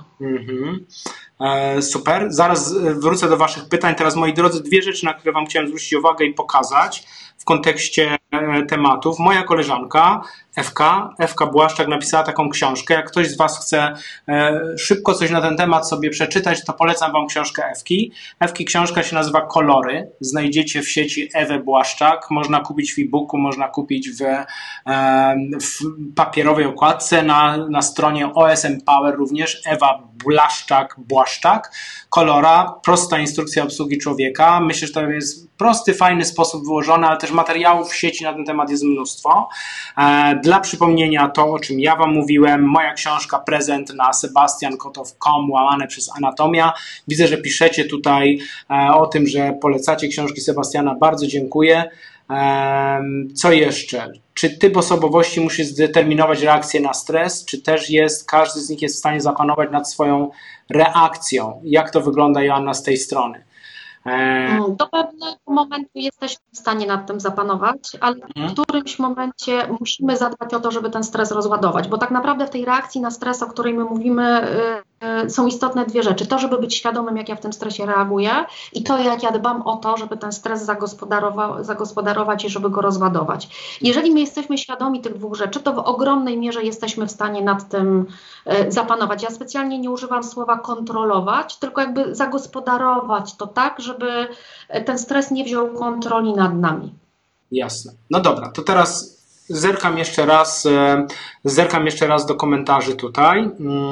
Super. Zaraz wrócę do waszych pytań. Teraz, moi drodzy, 2 rzeczy, na które wam chciałem zwrócić uwagę i pokazać w kontekście tematów. Moja koleżanka Ewka Błaszczak napisała taką książkę. Jak ktoś z was chce szybko coś na ten temat sobie przeczytać, to polecam wam książkę Ewki. Książka się nazywa Kolory. Znajdziecie w sieci Ewę Błaszczak. Można kupić w e-booku, można kupić w papierowej okładce, na stronie OSM Power również. Ewa Błaszczak. Kolora, prosta instrukcja obsługi człowieka. Myślę, że to jest prosty, fajny sposób wyłożony, ale też materiałów w sieci na ten temat jest mnóstwo. Dla przypomnienia to, o czym ja wam mówiłem, moja książka prezent na sebastiankotow.com /anatomia. Widzę, że piszecie tutaj o tym, że polecacie książki Sebastiana. Bardzo dziękuję. Co jeszcze? Czy typ osobowości musi zdeterminować reakcję na stres, czy też każdy z nich jest w stanie zapanować nad swoją reakcją? Jak to wygląda, Joanna, z tej strony? Do pewnego momentu jesteśmy w stanie nad tym zapanować, ale w którymś momencie musimy zadbać o to, żeby ten stres rozładować, bo tak naprawdę w tej reakcji na stres, o której my mówimy, są istotne 2 rzeczy. To, żeby być świadomym, jak ja w tym stresie reaguję, i to, jak ja dbam o to, żeby ten stres zagospodarować i żeby go rozładować. Jeżeli my jesteśmy świadomi tych 2 rzeczy, to w ogromnej mierze jesteśmy w stanie nad tym zapanować. Ja specjalnie nie używam słowa kontrolować, tylko jakby zagospodarować to tak, żeby ten stres nie wziął kontroli nad nami. Jasne. No dobra, to teraz zerkam jeszcze raz do komentarzy tutaj.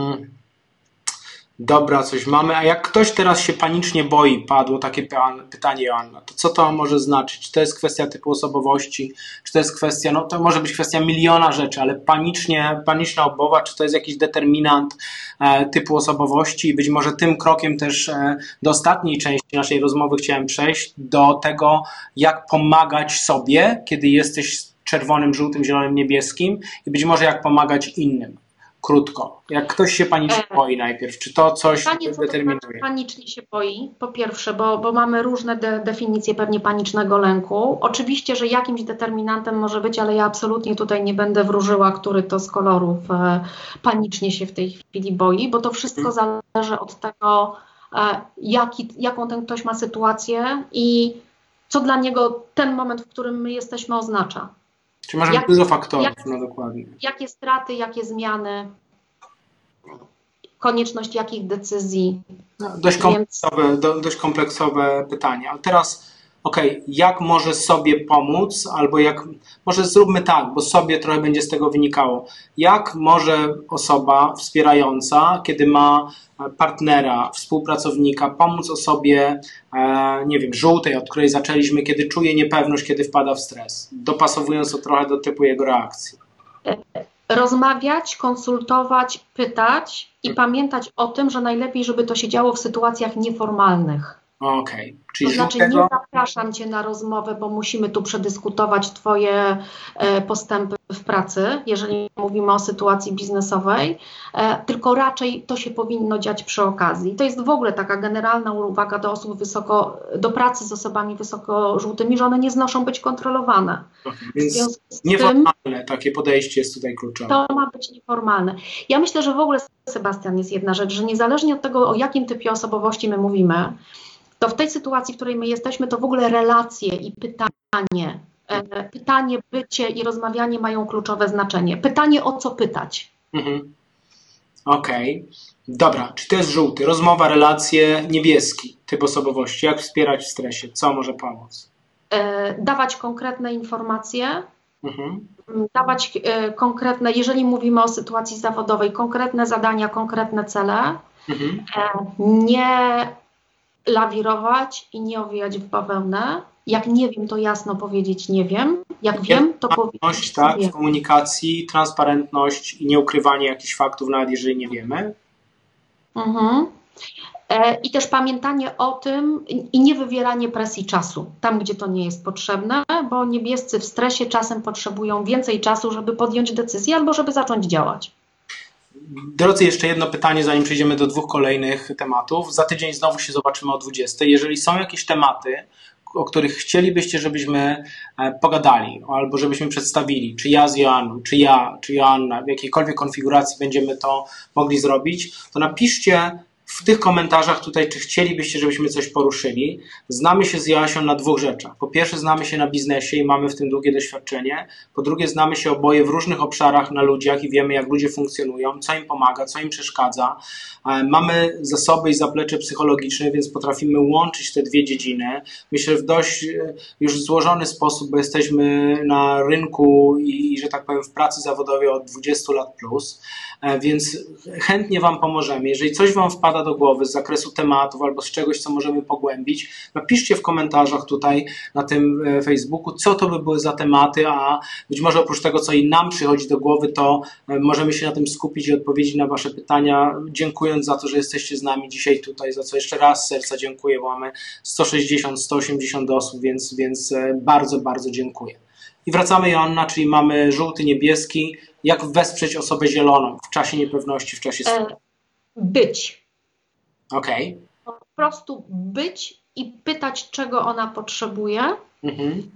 Dobra, coś mamy. A jak ktoś teraz się panicznie boi, padło takie pytanie, Joanna, to co to może znaczyć? Czy to jest kwestia typu osobowości? Czy to jest kwestia, no to może być kwestia miliona rzeczy, ale paniczna obawa, czy to jest jakiś determinant typu osobowości? I być może tym krokiem też do ostatniej części naszej rozmowy chciałem przejść, do tego, jak pomagać sobie, kiedy jesteś czerwonym, żółtym, zielonym, niebieskim i być może jak pomagać innym. Krótko. Jak ktoś się panicznie boi najpierw, czy to coś determinuje? Panicznie się boi, po pierwsze, bo mamy różne definicje pewnie panicznego lęku. Oczywiście, że jakimś determinantem może być, ale ja absolutnie tutaj nie będę wróżyła, który to z kolorów panicznie się w tej chwili boi, bo to wszystko zależy od tego, jaką ten ktoś ma sytuację i co dla niego ten moment, w którym my jesteśmy, oznacza. Czy może być dużo faktorów, no dokładnie. Jakie straty, jakie zmiany, konieczność jakich decyzji. No, dość kompleksowe pytanie. A teraz, jak może sobie pomóc, albo może zróbmy tak, bo sobie trochę będzie z tego wynikało. Jak może osoba wspierająca, kiedy ma partnera, współpracownika, pomóc osobie, nie wiem, żółtej, od której zaczęliśmy, kiedy czuje niepewność, kiedy wpada w stres, dopasowując to trochę do typu jego reakcji? Rozmawiać, konsultować, pytać i pamiętać o tym, że najlepiej, żeby to się działo w sytuacjach nieformalnych. Czyli to znaczy nie zapraszam Cię na rozmowę, bo musimy tu przedyskutować Twoje postępy w pracy, jeżeli mówimy o sytuacji biznesowej, tylko raczej to się powinno dziać przy okazji. To jest w ogóle taka generalna uwaga do osób do pracy z osobami wysokożółtymi, że one nie znoszą być kontrolowane. Więc nieformalne takie podejście jest tutaj kluczowe. To ma być nieformalne. Ja myślę, że w ogóle, Sebastian, jest jedna rzecz, że niezależnie od tego, o jakim typie osobowości my mówimy, to w tej sytuacji, w której my jesteśmy, to w ogóle relacje i pytanie, bycie i rozmawianie mają kluczowe znaczenie. Pytanie, o co pytać. Dobra, czy to jest żółty? Rozmowa, relacje, niebieski typ osobowości. Jak wspierać w stresie? Co może pomóc? Dawać konkretne informacje, Mhm. Dawać konkretne, jeżeli mówimy o sytuacji zawodowej, konkretne zadania, konkretne cele, Mhm. nie lawirować i nie owijać w bawełnę. Jak nie wiem, to jasno powiedzieć nie wiem. Jak wiem, to powiedzieć Tak, w wiem. komunikacji, transparentność i nieukrywanie jakichś faktów, nawet jeżeli nie wiemy. Mhm. I też pamiętanie o tym i nie wywieranie presji czasu, tam gdzie to nie jest potrzebne, bo niebiescy w stresie czasem potrzebują więcej czasu, żeby podjąć decyzję albo żeby zacząć działać. Drodzy, jeszcze jedno pytanie, zanim przejdziemy do 2 kolejnych tematów. Za tydzień znowu się zobaczymy o 20. Jeżeli są jakieś tematy, o których chcielibyście, żebyśmy pogadali, albo żebyśmy przedstawili, czy ja z Joanną, czy Joanna, w jakiejkolwiek konfiguracji będziemy to mogli zrobić, to napiszcie w tych komentarzach tutaj, czy chcielibyście, żebyśmy coś poruszyli. Znamy się z Joasią na 2 rzeczach. Po pierwsze, znamy się na biznesie i mamy w tym długie doświadczenie. Po drugie, znamy się oboje w różnych obszarach na ludziach i wiemy, jak ludzie funkcjonują, co im pomaga, co im przeszkadza. Mamy zasoby i zaplecze psychologiczne, więc potrafimy łączyć te 2 dziedziny. Myślę, w dość już złożony sposób, bo jesteśmy na rynku i że tak powiem, w pracy zawodowej od 20 lat plus, więc chętnie Wam pomożemy. Jeżeli coś Wam wpada do głowy z zakresu tematów albo z czegoś, co możemy pogłębić, napiszcie w komentarzach tutaj na tym Facebooku, co to by były za tematy, a być może oprócz tego, co i nam przychodzi do głowy, to możemy się na tym skupić i odpowiedzieć na Wasze pytania, dziękując za to, że jesteście z nami dzisiaj tutaj, za co jeszcze raz z serca dziękuję, bo mamy 160, 180 osób, więc bardzo, bardzo dziękuję. I wracamy, Joanna, czyli mamy żółty, niebieski. Jak wesprzeć osobę zieloną w czasie niepewności, w czasie stresu? Być. Okej. Po prostu być i pytać, czego ona potrzebuje. Mhm.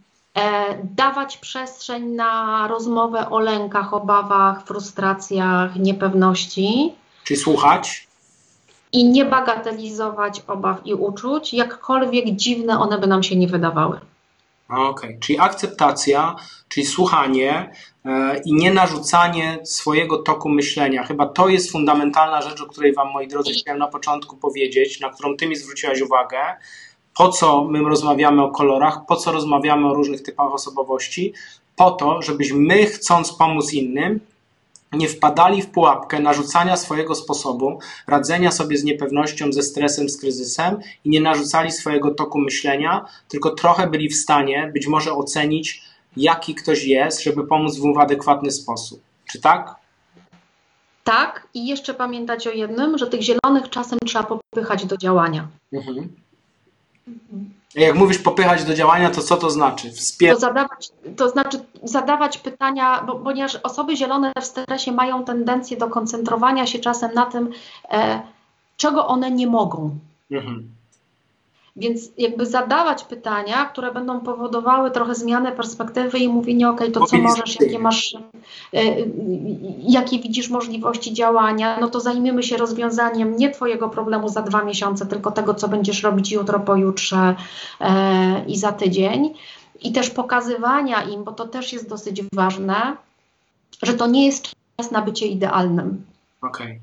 Dawać przestrzeń na rozmowę o lękach, obawach, frustracjach, niepewności. Czyli słuchać. I nie bagatelizować obaw i uczuć, jakkolwiek dziwne one by nam się nie wydawały. Okej. Czyli akceptacja, czyli słuchanie i nie narzucanie swojego toku myślenia. Chyba to jest fundamentalna rzecz, o której Wam, moi drodzy, chciałem na początku powiedzieć, na którą Ty mi zwróciłaś uwagę. Po co my rozmawiamy o kolorach, po co rozmawiamy o różnych typach osobowości? Po to, żebyśmy, chcąc pomóc innym, nie wpadali w pułapkę narzucania swojego sposobu, radzenia sobie z niepewnością, ze stresem, z kryzysem i nie narzucali swojego toku myślenia, tylko trochę byli w stanie być może ocenić, jaki ktoś jest, żeby pomóc mu w adekwatny sposób. Czy tak? Tak, i jeszcze pamiętać o jednym, że tych zielonych czasem trzeba popychać do działania. Mhm. Jak mówisz popychać do działania, to co to znaczy? To znaczy zadawać pytania, ponieważ osoby zielone w stresie mają tendencję do koncentrowania się czasem na tym, czego one nie mogą. Mhm. Więc jakby zadawać pytania, które będą powodowały trochę zmianę perspektywy i mówienie, okej, to co możesz, jakie masz, jakie widzisz możliwości działania, no to zajmiemy się rozwiązaniem nie twojego problemu za 2 miesiące, tylko tego, co będziesz robić jutro, pojutrze i za tydzień. I też pokazywania im, bo to też jest dosyć ważne, że to nie jest czas na bycie idealnym. Okej.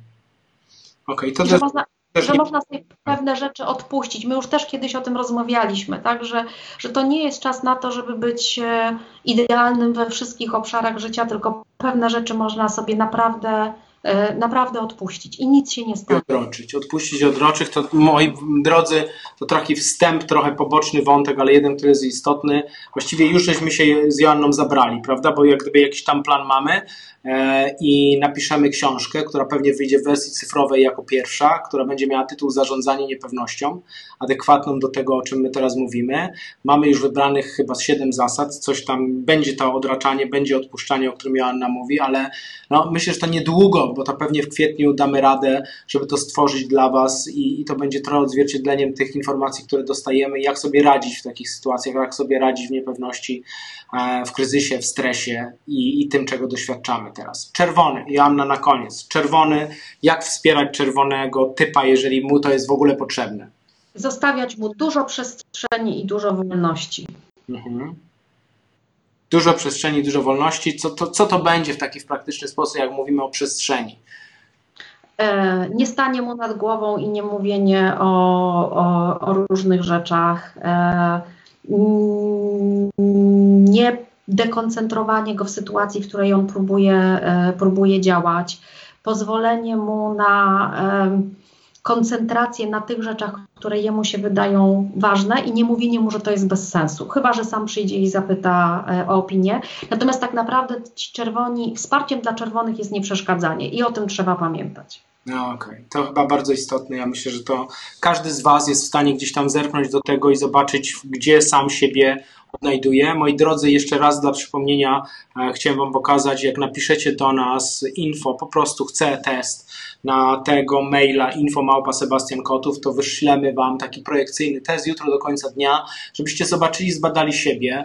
To że można sobie pewne rzeczy odpuścić. My już też kiedyś o tym rozmawialiśmy, tak? Że to nie jest czas na to, żeby być idealnym we wszystkich obszarach życia, tylko pewne rzeczy można sobie naprawdę odpuścić i nic się nie stanie. Odpuścić, odroczyć, to moi drodzy, to taki wstęp, trochę poboczny wątek, ale jeden, który jest istotny. Właściwie już żeśmy się z Joanną zabrali, prawda? Bo jak gdyby jakiś tam plan mamy i napiszemy książkę, która pewnie wyjdzie w wersji cyfrowej jako pierwsza, która będzie miała tytuł Zarządzanie niepewnością, adekwatną do tego, o czym my teraz mówimy. Mamy już wybranych chyba 7 zasad, coś tam będzie to odraczanie, będzie odpuszczanie, o którym Joanna mówi, ale myślę, że to niedługo, bo to pewnie w kwietniu damy radę, żeby to stworzyć dla Was i to będzie trochę odzwierciedleniem tych informacji, które dostajemy, jak sobie radzić w takich sytuacjach, jak sobie radzić w niepewności, w kryzysie, w stresie i tym, czego doświadczamy teraz. Czerwony, Joanna na koniec. Czerwony, jak wspierać czerwonego typa, jeżeli mu to jest w ogóle potrzebne? Zostawiać mu dużo przestrzeni i dużo wolności. Mhm. Dużo przestrzeni, dużo wolności. Co to będzie w taki praktyczny sposób, jak mówimy o przestrzeni? Nie stanie mu nad głową i nie mówienie o różnych rzeczach. dekoncentrowanie go w sytuacji, w której on próbuje działać, pozwolenie mu na koncentrację na tych rzeczach, które jemu się wydają ważne i nie mówienie mu, że to jest bez sensu, chyba że sam przyjdzie i zapyta o opinię. Natomiast tak naprawdę ci czerwoni, wsparciem dla czerwonych jest nieprzeszkadzanie i o tym trzeba pamiętać. No okej. To chyba bardzo istotne. Ja myślę, że to każdy z Was jest w stanie gdzieś tam zerknąć do tego i zobaczyć, gdzie sam siebie odnajduje. Moi drodzy, jeszcze raz dla przypomnienia chciałem Wam pokazać, jak napiszecie do nas info, po prostu chcę test na tego maila info@sebastiankotów, to wyślemy Wam taki projekcyjny test jutro do końca dnia, żebyście zobaczyli, zbadali siebie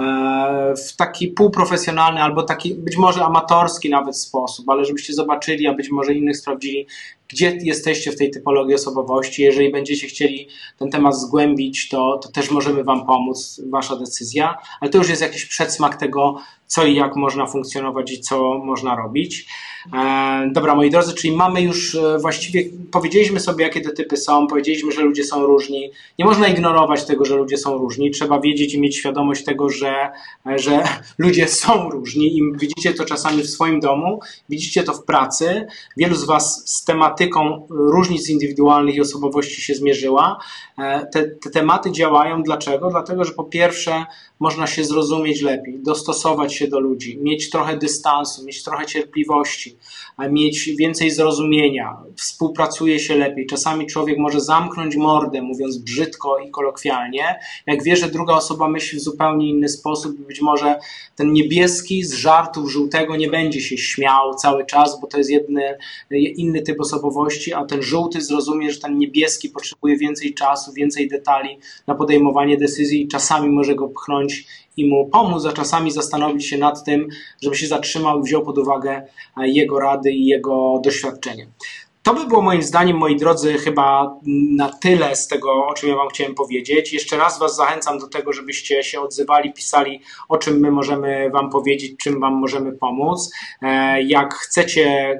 w taki półprofesjonalny albo taki być może amatorski nawet sposób, ale żebyście zobaczyli, a być może innych sprawdzili, gdzie jesteście w tej typologii osobowości. Jeżeli będziecie chcieli ten temat zgłębić, to też możemy Wam pomóc, Wasza decyzja, ale to już jest jakiś przedsmak tego, co i jak można funkcjonować i co można robić. Dobra, moi drodzy, czyli mamy już właściwie, powiedzieliśmy sobie, jakie te typy są, powiedzieliśmy, że ludzie są różni. Nie można ignorować tego, że ludzie są różni. Trzeba wiedzieć i mieć świadomość tego, że ludzie są różni i widzicie to czasami w swoim domu, widzicie to w pracy. Wielu z Was z tematyką różnic indywidualnych i osobowości się zmierzyła. Te tematy działają. Dlaczego? Dlatego, że po pierwsze można się zrozumieć lepiej, dostosować się do ludzi, mieć trochę dystansu, mieć trochę cierpliwości, mieć więcej zrozumienia, współpracuje się lepiej. Czasami człowiek może zamknąć mordę, mówiąc brzydko i kolokwialnie, jak wie, że druga osoba myśli w zupełnie inny sposób. Być może ten niebieski z żartów żółtego nie będzie się śmiał cały czas, bo to jest inny typ osobowości, a ten żółty zrozumie, że ten niebieski potrzebuje więcej czasu, więcej detali na podejmowanie decyzji i czasami może go pchnąć i mu pomóc, a czasami zastanowić się nad tym, żeby się zatrzymał i wziął pod uwagę jego rady i jego doświadczenie. To by było moim zdaniem, moi drodzy, chyba na tyle z tego, o czym ja Wam chciałem powiedzieć. Jeszcze raz Was zachęcam do tego, żebyście się odzywali, pisali, o czym my możemy Wam powiedzieć, czym Wam możemy pomóc. Jak chcecie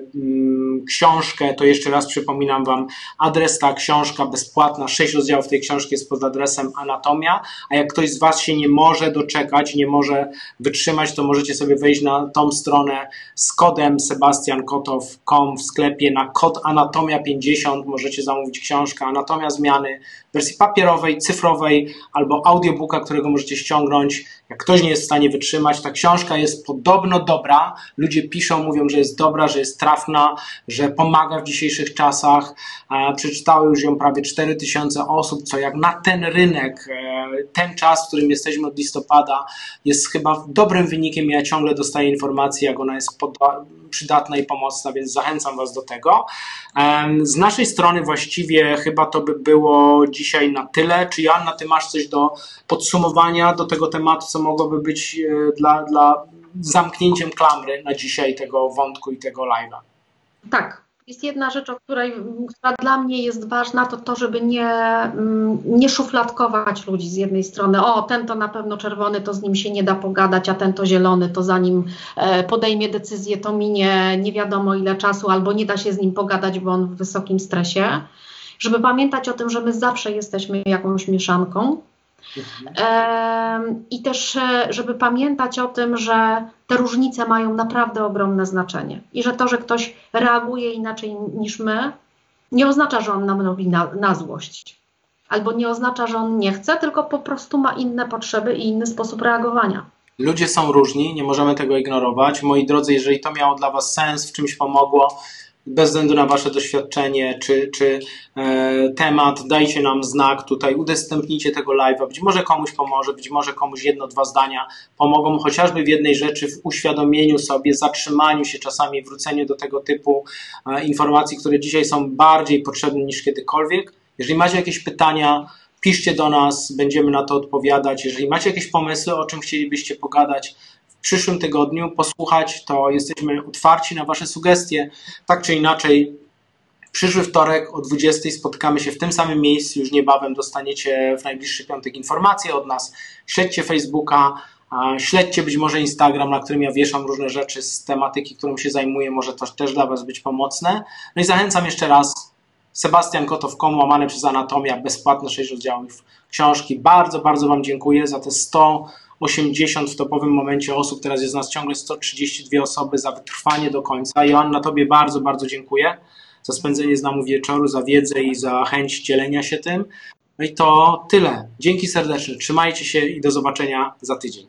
książkę, to jeszcze raz przypominam Wam adres, ta książka bezpłatna, 6 rozdziałów tej książki jest pod adresem Anatomia, a jak ktoś z Was się nie może doczekać, nie może wytrzymać, to możecie sobie wejść na tą stronę z kodem sebastiankotow.com w sklepie na kod Anatomia 50, możecie zamówić książkę Anatomia Zmiany w wersji papierowej, cyfrowej albo audiobooka, którego możecie ściągnąć. Jak ktoś nie jest w stanie wytrzymać, ta książka jest podobno dobra. Ludzie piszą, mówią, że jest dobra, że jest trafna, że pomaga w dzisiejszych czasach. Przeczytały już ją prawie 4000 osób, co jak na ten rynek, ten czas, w którym jesteśmy od listopada, jest chyba dobrym wynikiem. Ja ciągle dostaję informacje, jak ona jest przydatna i pomocna, więc zachęcam Was do tego. Z naszej strony właściwie chyba to by było dzisiaj na tyle. Czy Joanna, Ty masz coś do podsumowania do tego tematu, co mogłoby być dla zamknięciem klamry na dzisiaj tego wątku i tego live'a? Tak. Jest jedna rzecz, która dla mnie jest ważna, to żeby nie szufladkować ludzi z jednej strony. O, ten to na pewno czerwony, to z nim się nie da pogadać, a ten to zielony, to zanim podejmie decyzję, to minie nie wiadomo ile czasu, albo nie da się z nim pogadać, bo on w wysokim stresie. Żeby pamiętać o tym, że my zawsze jesteśmy jakąś mieszanką. I też, żeby pamiętać o tym, że te różnice mają naprawdę ogromne znaczenie i że to, że ktoś reaguje inaczej niż my, nie oznacza, że on nam robi na złość, albo nie oznacza, że on nie chce, tylko po prostu ma inne potrzeby i inny sposób reagowania. Ludzie są różni, nie możemy tego ignorować. Moi drodzy, jeżeli to miało dla Was sens, w czymś pomogło, bez względu na Wasze doświadczenie czy temat, dajcie nam znak tutaj, udostępnijcie tego live'a. Być może komuś pomoże, być może komuś 1-2 zdania pomogą chociażby w jednej rzeczy, w uświadomieniu sobie, zatrzymaniu się czasami, wróceniu do tego typu informacji, które dzisiaj są bardziej potrzebne niż kiedykolwiek. Jeżeli macie jakieś pytania, piszcie do nas, będziemy na to odpowiadać. Jeżeli macie jakieś pomysły, o czym chcielibyście pogadać w przyszłym tygodniu, posłuchać, to jesteśmy otwarci na Wasze sugestie. Tak czy inaczej, przyszły wtorek o 20:00 spotkamy się w tym samym miejscu. Już niebawem dostaniecie w najbliższy piątek informacje od nas. Śledźcie Facebooka, śledźcie być może Instagram, na którym ja wieszam różne rzeczy z tematyki, którą się zajmuję. Może to też dla Was być pomocne. No i zachęcam jeszcze raz. sebastiankotow.com, /Anatomia, bezpłatne 6 rozdziałów książki. Bardzo, bardzo Wam dziękuję za te 100 80 w topowym momencie osób, teraz jest nas ciągle 132 osoby za wytrwanie do końca. Joanna, Tobie bardzo, bardzo dziękuję za spędzenie z nami wieczoru, za wiedzę i za chęć dzielenia się tym. No i to tyle. Dzięki serdeczne. Trzymajcie się i do zobaczenia za tydzień.